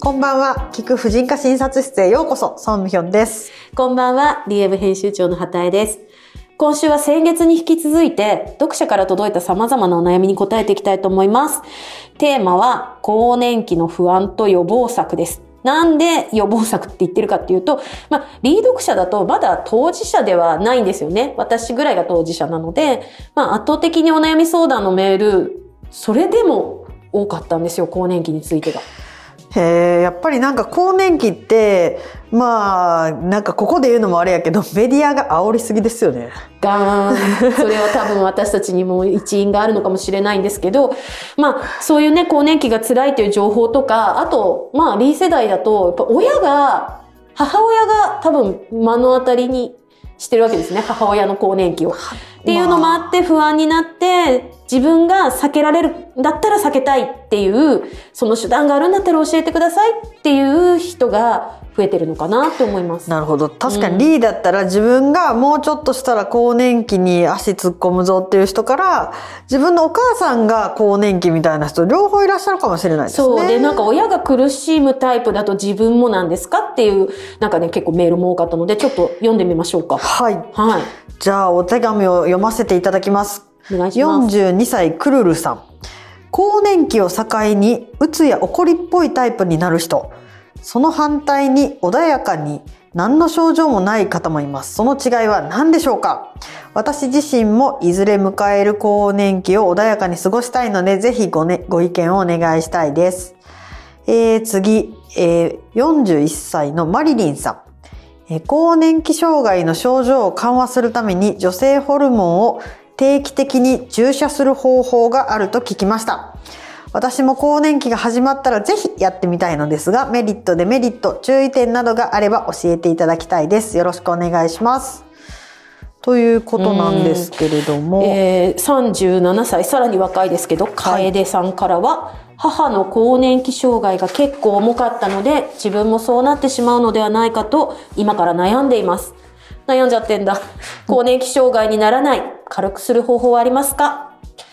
こんばんは。聞く婦人科診察室へようこそ。ソンミヒョンです。 こんばんは。DM 編集長の畑江です。今週は先月に引き続いて、読者から届いた様々なお悩みに答えていきたいと思います。テーマは、更年期の不安と予防策です。なんで予防策って言ってるかっていうと、リー読者だとまだ当事者ではないんですよね。私ぐらいが当事者なので、圧倒的にお悩み相談のメール、それでも多かったんですよ、更年期についてが。 やっぱりなんか更年期ってなんかここで言うのもあれやけどメディアが煽りすぎですよね。 ガーン。それは多分私たちにも一因があるのかもしれないんですけど、そういうね、更年期が辛いという情報とか、あと、リー世代だと、やっぱ母親が多分目の当たりにしてるわけですね。母親の更年期を。っていうのもあって不安になって、自分が避けられるんだったら避けたいっていう、その手段があるんだったら教えてくださいっていう人が増えてるのかなと思います。 なるほど。確かにリーだったら自分がもうちょっとしたら更年期に足突っ込むぞっていう人から、自分のお母さんが更年期みたいな人両方いらっしゃるかもしれないですね。 そう。で、親が苦しむタイプだと自分もなんですかっていう、結構メールも多かったので、ちょっと読んでみましょうか。 はい。 はい。 じゃあお手紙を読ませていただきます。 お願いします。 42歳クルルさん。更年期を境にうつや怒りっぽいタイプになる人。その反対に穏やかに何の症状もない方もいます。その違いは何でしょうか？私自身もいずれ迎える更年期を穏やかに過ごしたいので、ぜひご意見をお願いしたいです。次、41歳のマリリンさん。更年期障害の症状を緩和するために女性ホルモンを定期的に注射する方法があると聞きました。私も更年期が始まったらぜひやってみたいのですが、メリット、デメリット、注意点などがあれば教えていただきたいです。よろしくお願いします。ということなんですけれども。 37歳、さらに若いですけど、楓さんからは、母の更年期障害が結構重かったので、自分もそうなってしまうのではないかと、今から悩んでいます。悩んじゃってんだ。更年期障害にならない。軽くする方法はありますか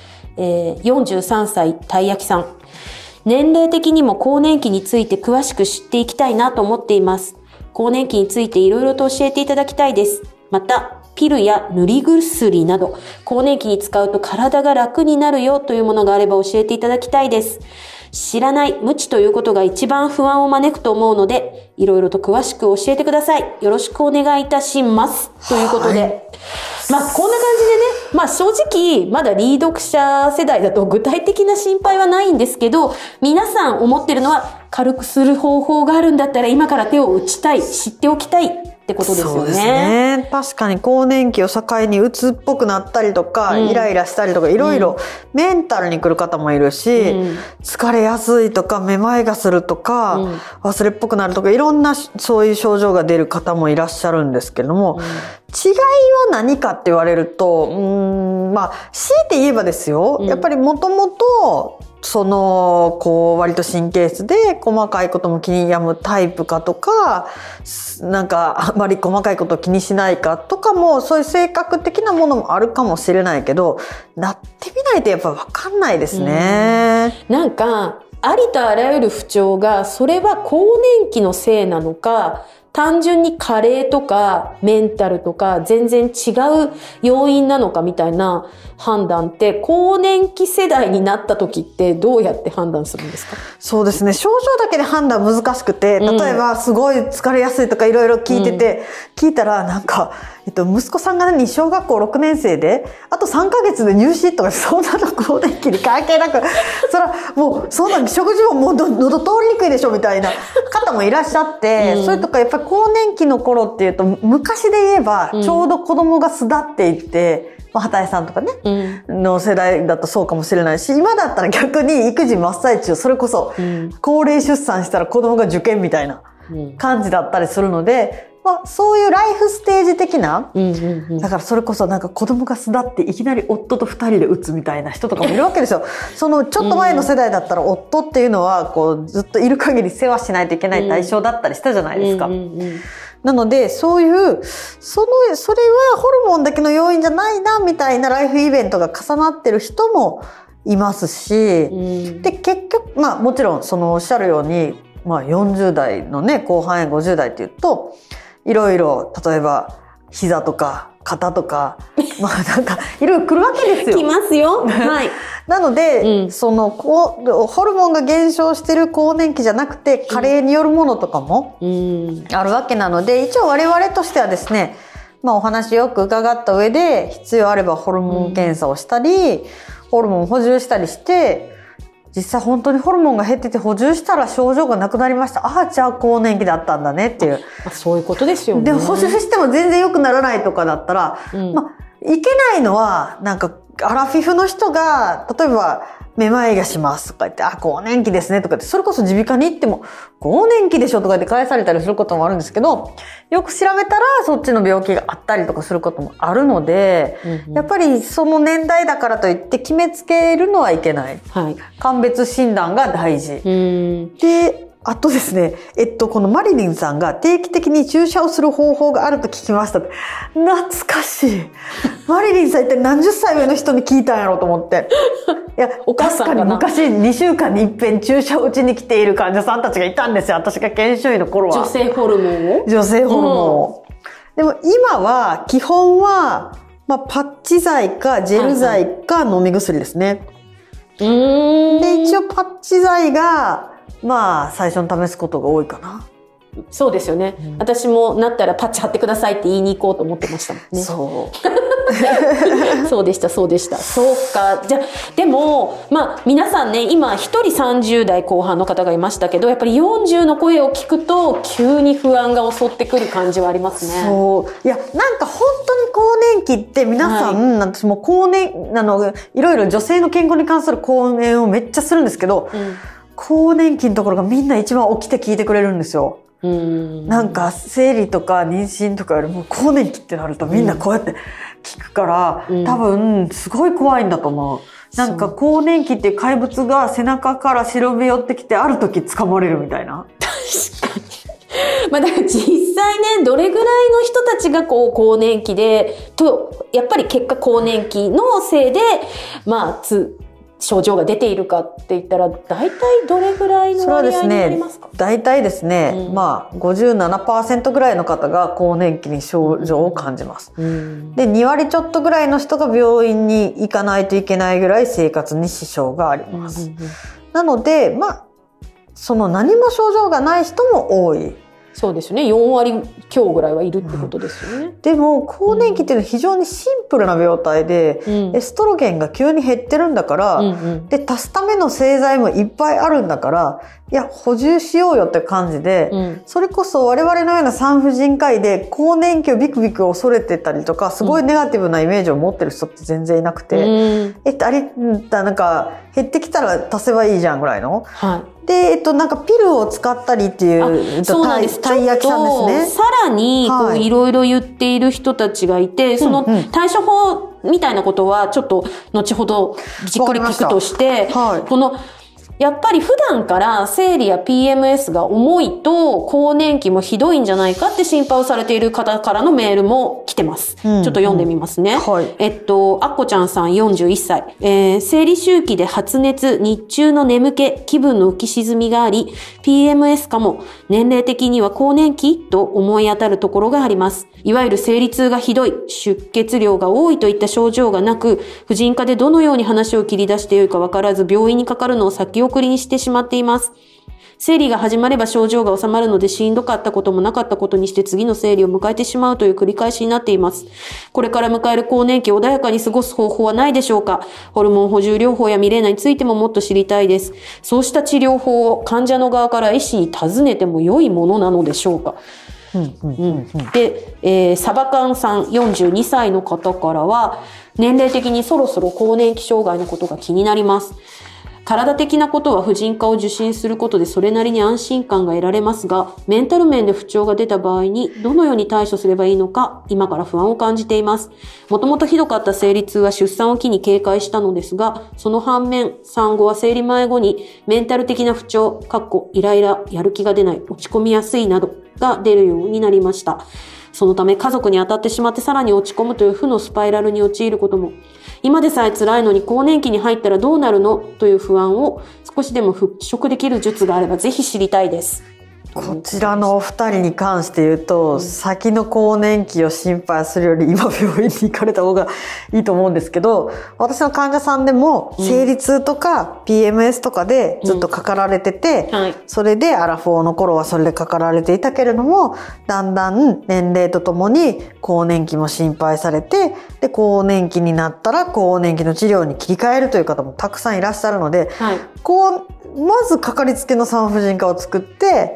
？43歳、たいやきさん。年齢的にも更年期について詳しく知っていきたいなと思っています。更年期についていろいろと教えていただきたいです。また、ピルや塗り薬など、更年期に使うと体が楽になるよというものがあれば教えていただきたいです。知らない、無知ということが一番不安を招くと思うので、いろいろと詳しく教えてください。よろしくお願いいたします。ということで。 はい、 こんな感じでね、正直、まだリー読者世代だと具体的な心配はないんですけど、皆さん思ってるのは、軽くする方法があるんだったら今から手を打ちたい、知っておきたいってことですよね。 そうですね。確かに更年期を境にうつっぽくなったりとか、イライラしたりとか、いろいろメンタルに来る方もいるし、疲れやすいとか、めまいがするとか、忘れっぽくなるとか、いろんなそういう症状が出る方もいらっしゃるんですけれども、違いは何かって言われると、強いて言えばですよ、やっぱりもともと、割と神経質で細かいことも気に病むタイプかとか、あまり細かいことを気にしないかとかも、そういう性格的なものもあるかもしれないけど、なってみないとやっぱ分かんないですね。 ありとあらゆる不調が、それは更年期のせいなのか、単純に加齢とかメンタルとか全然違う要因なのかみたいな判断って更年期世代になった時ってどうやって判断するんですか？ そうですね。症状だけで判断難しくて、例えばすごい疲れやすいとかいろいろ聞いてて、聞いたら息子さんが小学校6年生で、あと3ヶ月で入試とか、そんなの更年期に関係なく、そらもうそんな食事ももう喉通りにくいでしょみたいな方もいらっしゃって、それとかやっぱり更年期の頃っていうと、昔で言えばちょうど子供が巣立っていって、畑江さんとかね、の世代だとそうかもしれないし、今だったら逆に育児真っ最中、それこそ高齢出産したら子供が受験みたいな感じだったりするので、そういうライフステージ的な、だからそれこそ子供が巣立っていきなり夫と二人で打つみたいな人とかもいるわけですよ。ちょっと前の世代だったら夫っていうのはずっといる限り世話しないといけない対象だったりしたじゃないですか。なので、それはホルモンだけの要因じゃないな、みたいなライフイベントが重なってる人もいますし、で、結局、もちろんおっしゃるように、 40代のね、後半や50代って言うと、いろいろ、例えば、膝とか、肩とか、なんか、いろいろ来るわけですよ。 来ますよ。はい。 なので、ホルモンが減少してる更年期じゃなくて、加齢によるものとかもあるわけなので、一応我々としてはですね、お話よく伺った上で、必要あればホルモン検査をしたり、ホルモンを補充したりして、実際本当にホルモンが減ってて補充したら症状がなくなりました。ああ、じゃあ更年期だったんだねっていう。 そういうことですよね。 でも補充しても全然良くならないとかだったら、いけないのは、なんか、アラフィフの人が、例えば、めまいがしますとか言って、更年期ですねとかって、それこそ耳鼻科に行っても、更年期でしょとか言って返されたりすることもあるんですけど、よく調べたらそっちの病気があったりとかすることもあるので、やっぱりその年代だからといって決めつけるのはいけない。 はい。 鑑別診断が大事。で、あとですね、このマリリンさんが定期的に注射をする方法があると聞きました。懐かしい。マリリンさん一体何十歳上の人に聞いたんやろうと思って。いや、 お母さんかな。 昔2週間に一遍注射を打ちに来ている患者さんたちがいたんですよ。私が研修医の頃は。 女性ホルモンを？ 女性ホルモンを。でも今は、基本は、パッチ剤かジェル剤か飲み薬ですね。で、一応パッチ剤が、最初に試すことが多いかな。 そうですよね。私もなったらパッチ貼ってくださいって言いに行こうと思ってましたもんね。 そう。 そうでした。そうか。じゃあ、でも、皆さんね、今一人30代後半の方がいましたけど、やっぱり40の声を聞くと、急に不安が襲ってくる感じはありますね。 そう。いや、なんか本当に更年期って皆さん、私も更年、いろいろ女性の健康に関する講演をめっちゃするんですけど、更年期のところがみんな一番起きて聞いてくれるんですよ。なんか生理とか妊娠とかよりも更年期ってなるとみんなこうやって聞くから、多分すごい怖いんだと思う。なんか更年期っていう怪物が背中から忍び寄ってきてある時掴まれるみたいな。 確かに。だから実際ね、どれぐらいの人たちが更年期で、やっぱり結果更年期のせいで、症状が出ているかって言ったら、大体どれぐらいの割合になりますか？ 大体ですね、57% ぐらいの方が更年期に症状を感じます。で、2割ちょっとぐらいの人が病院に行かないといけないぐらい生活に支障があります。なので、その何も症状がない人も多い。 そうですよね。4割強ぐらいはいるってことですよね。 でも、更年期っていうのは非常にシンプルな病態で、エストロゲンが急に減ってるんだから、で、足すための製剤もいっぱいあるんだから、いや、補充しようよって感じで、それこそ我々のような産婦人科医で更年期をビクビク恐れてたりとか、すごいネガティブなイメージを持ってる人って全然いなくて、なんか、減ってきたら足せばいいじゃんぐらいの。で、なんかピルを使ったりっていう、 そうなんです。 たい焼きさんですね。 さらに、いろいろ言っている人たちがいて、その対処法みたいなことは、ちょっと後ほどじっくり聞くとして、やっぱり普段から生理や PMS が重いと更年期もひどいんじゃないかって心配をされている方からのメールも来てます。ちょっと読んでみますね。あっこちゃんさん41歳。生理周期で発熱、日中の眠気、気分の浮き沈みがあり、PMS かも、年齢的には更年期と思い当たるところがあります。いわゆる生理痛がひどい、出血量が多いといった症状がなく、婦人科でどのように話を切り出してよいかわからず、病院にかかるのを先送りにしてしまっています。生理が始まれば症状が収まるのでしんどかったこともなかったことにして次の生理を迎えてしまうという繰り返しになっています。これから迎える更年期を穏やかに過ごす方法はないでしょうか？ホルモン補充療法やミレーナについてももっと知りたいです。そうした治療法を患者の側から医師に尋ねても良いものなのでしょうか？で、サバカンさん42歳の方からは、年齢的にそろそろ更年期障害のことが気になります。体的なことは婦人科を受診することでそれなりに安心感が得られますが、メンタル面で不調が出た場合にどのように対処すればいいのか、今から不安を感じています。もともとひどかった生理痛は出産を機に軽快したのですが、その反面、産後は生理前後にメンタル的な不調、イライラ、やる気が出ない、落ち込みやすいなどが出るようになりました。そのため家族に当たってしまってさらに落ち込むという負のスパイラルに陥ることも。 今でさえ辛いのに更年期に入ったらどうなるのという不安を少しでも払拭できる術があればぜひ知りたいです。 こちらのお二人に関して言うと、先の更年期を心配するより今病院に行かれた方がいいと思うんですけど、私の患者さんでも生理痛とか PMS とかでずっとかかられてて、それでアラフォーの頃はそれでかかられていたけれども、だんだん年齢とともに更年期も心配されて、で更年期になったら更年期の治療に切り替えるという方もたくさんいらっしゃるので、まずかかりつけの産婦人科を作って、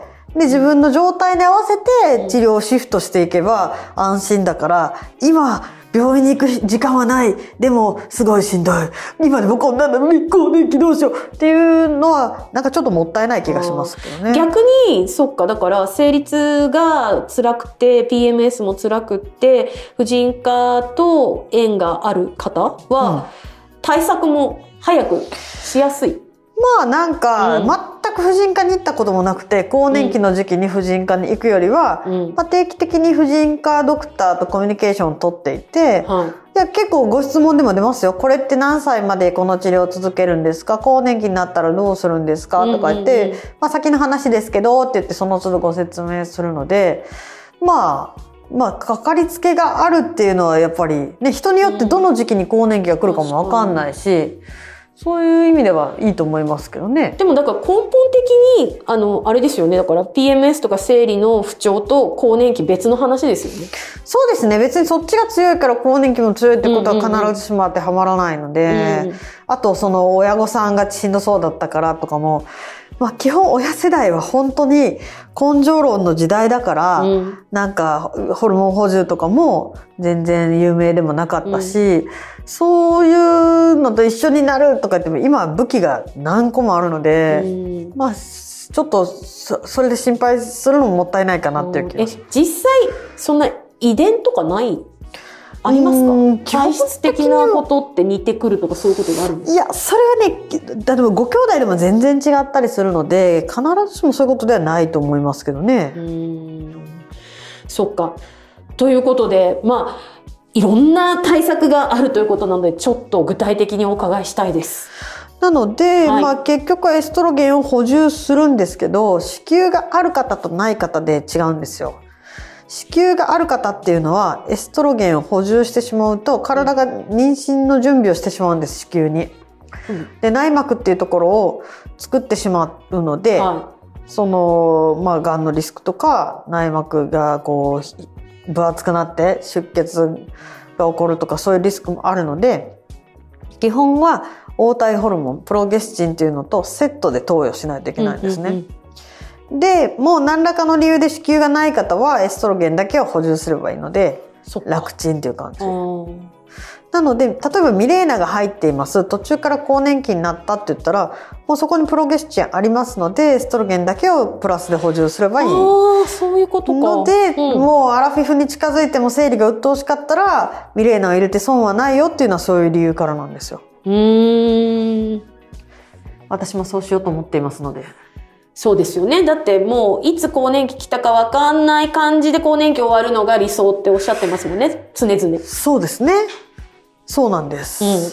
で自分の状態に合わせて治療をシフトしていけば安心だから、今病院に行く時間はない、でもすごいしんどい、今でもこんなんなのに更年期どうしようっていうのはなんかちょっともったいない気がしますけどね。 逆にそっか、だから生理痛が辛くて PMS も辛くって婦人科と縁がある方は、対策も早くしやすい。 まあなんか、全く婦人科に行ったこともなくて、更年期の時期に婦人科に行くよりは、定期的に婦人科ドクターとコミュニケーションを取っていて、いや結構ご質問でも出ますよ。これって何歳までこの治療を続けるんですか？更年期になったらどうするんですか？とか言って、先の話ですけどって言ってその都度ご説明するので、まあかかりつけがあるっていうのはやっぱりね、人によってどの時期に更年期が来るかもわかんないし、そういう意味ではいいと思いますけどね。 でもだから根本的にあれですよね。だから PMS とか生理の不調と更年期別の話ですよね。 そうですね。別にそっちが強いから更年期も強いってことは必ずしも当てはまらないので、あとその親御さんがしんどそうだったからとかも、基本親世代は本当に根性論の時代だから、なんかホルモン補充とかも全然有名でもなかったし、そういうのと一緒になるとか言っても今は武器が何個もあるので、ちょっとそれで心配するのももったいないかなっていう気がします。 実際そんな遺伝とかありますか？体質的なことって似てくるとかそういうことがあるんですか？ いや、それはね、例えばご兄弟でも全然違ったりするので、必ずしもそういうことではないと思いますけどね。 そっか。ということで、いろんな対策があるということなので、ちょっと具体的にお伺いしたいです。 なので、結局はエストロゲンを補充するんですけど、子宮がある方とない方で違うんですよ。子宮がある方っていうのはエストロゲンを補充してしまうと体が妊娠の準備をしてしまうんです、子宮に。で内膜っていうところを作ってしまうので、そのがんのリスクとか内膜がこう分厚くなって出血が起こるとかそういうリスクもあるので、基本は黄体ホルモンプロゲスチンっていうのとセットで投与しないといけないんですね。でもう何らかの理由で子宮がない方はエストロゲンだけを補充すればいいので、楽ちんっていう感じ。なので例えばミレーナが入っています、途中から更年期になったって言ったらもうそこにプロゲスチンありますのでエストロゲンだけをプラスで補充すればいい。 そういうことか。 ので、もうアラフィフに近づいても生理が鬱陶しかったらミレーナを入れて損はないよっていうのはそういう理由からなんですよ。私もそうしようと思っていますので。 そうですよね。だってもういつ更年期来たか分かんない感じで更年期終わるのが理想っておっしゃってますもんね、常々。 そうですね。そうなんです。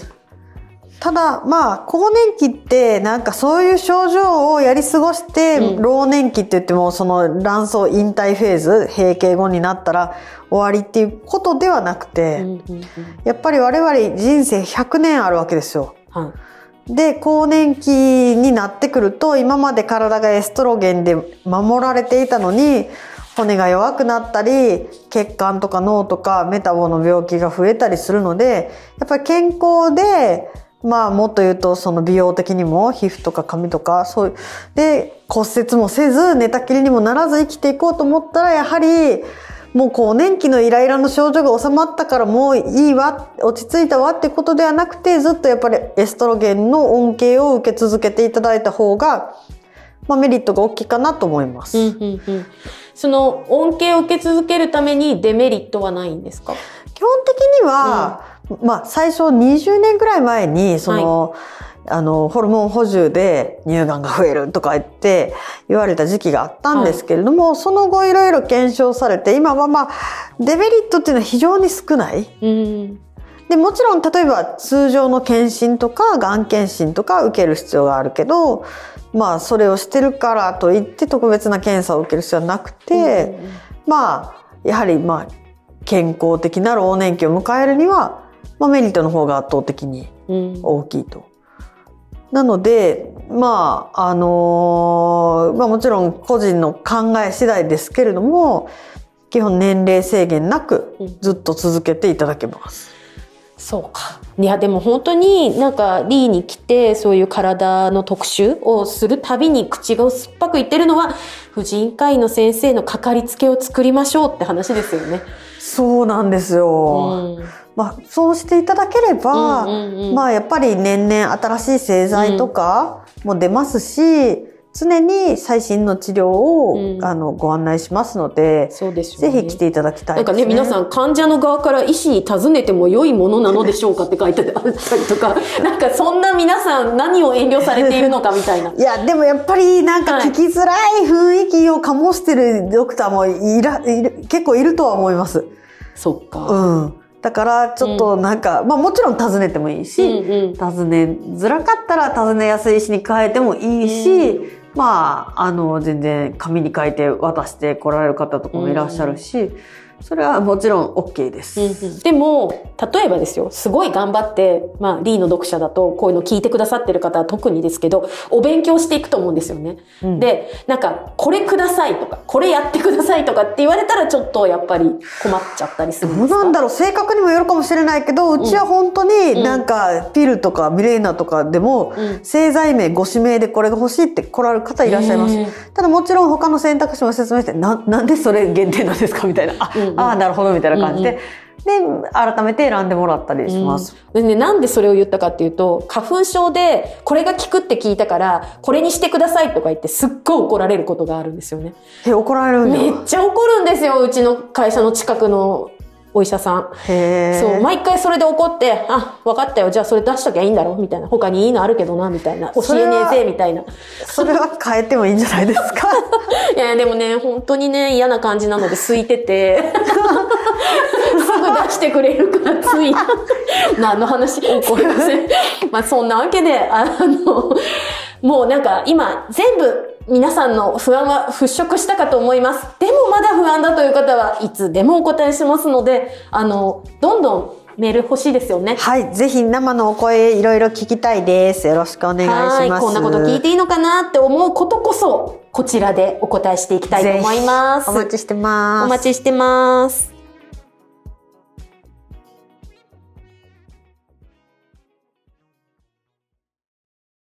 ただ更年期ってなんかそういう症状をやり過ごして、老年期って言ってもその卵巣引退フェーズ閉経後になったら終わりっていうことではなくて、やっぱり我々人生100年あるわけですよ。で更年期になってくると今まで体がエストロゲンで守られていたのに骨が弱くなったり血管とか脳とかメタボの病気が増えたりするので、やっぱり健康でもっと言うとその美容的にも皮膚とか髪とかそういうで骨折もせず寝たきりにもならず生きていこうと思ったら、やはりもう更年期のイライラの症状が収まったからもういいわ落ち着いたわっていうことではなくて、ずっとやっぱりエストロゲンの恩恵を受け続けていただいた方が、メリットが大きいかなと思います。 その恩恵を受け続けるためにデメリットはないんですか？ 基本的には、最初20年ぐらい前にホルモン補充で乳がんが増えるとか言われた時期があったんですけれども、その後いろいろ検証されて今はデメリットっていうのは非常に少ない。でで、もちろん例えば通常の検診とかがん検診とか受ける必要があるけど、まあそれをしてるからといって特別な検査を受ける必要はなくて、まあやはりまあ健康的な老年期を迎えるには、まあ、メリットの方が圧倒的に大きいと。なので、まあまあ、もちろん個人の考え次第ですけれども、基本年齢制限なくずっと続けていただけます。 そうか。いやでも本当になんかリーに来てそういう体の特集をするたびに口が酸っぱく言ってるのは、婦人科医の先生のかかりつけを作りましょうって話ですよね。 そうなんですよ。まあ、そうしていただければ、まあやっぱり年々新しい製剤とかも出ますし、常に最新の治療を、ご案内しますので、 そうですよね、 ぜひ来ていただきたいですね。 なんかね、皆さん患者の側から医師に尋ねても良いものなのでしょうかって書いてあったりとか、なんかそんな皆さん何を遠慮されているのかみたいな。 いや、でもやっぱりなんか聞きづらい雰囲気を醸してるドクターも結構いるとは思います。 そっか。 だからちょっとなんか、まあもちろん尋ねてもいいし、尋ねづらかったら尋ねやすい医師に変えてもいいし、まあ全然紙に書いて渡して来られる方とかもいらっしゃるし、それはもちろん OK です。 でも例えばですよ、すごい頑張って、まあリーの読者だとこういうの聞いてくださってる方は特にですけど、お勉強していくと思うんですよね。で、なんかこれくださいとかこれやってくださいとかって言われたらちょっとやっぱり困っちゃったりするんですか？ どうなんだろう、性格にもよるかもしれないけど、うちは本当になんかピルとかミレーナとかでも、製剤名ご指名でこれが欲しいって来られる方いらっしゃいます。ただもちろん他の選択肢も説明して、なんでそれ限定なんですかみたいな。ああ、なるほどみたいな感じで。で、改めて選んでもらったりします。 でね、なんでそれを言ったかっていうと、花粉症でこれが効くって聞いたから、これにしてくださいとか言ってすっごい怒られることがあるんですよね。 怒られるんだ。 めっちゃ怒るんですよ、うちの会社の近くのお医者さん。そう、毎回それで怒って、あ、分かったよ、じゃあそれ出しときゃいいんだろみたいな。他にいいのあるけどな、みたいな。教えねえぜ、みたいな。 それは変えてもいいんじゃないですか。 いや、でもね、本当にね、嫌な感じなので空いてて。すぐ出してくれるからつい。何の話？怒りません。まあそんなわけで、もうなんか今全部皆さんの不安は払拭したかと思います。でもまだ不安だという方はいつでもお答えしますので、どんどんメール欲しいですよね。 はい。ぜひ生のお声いろいろ聞きたいです。よろしくお願いします。 こんなこと聞いていいのかなって思うことこそ、こちらでお答えしていきたいと思います。 お待ちしてます。 お待ちしてます。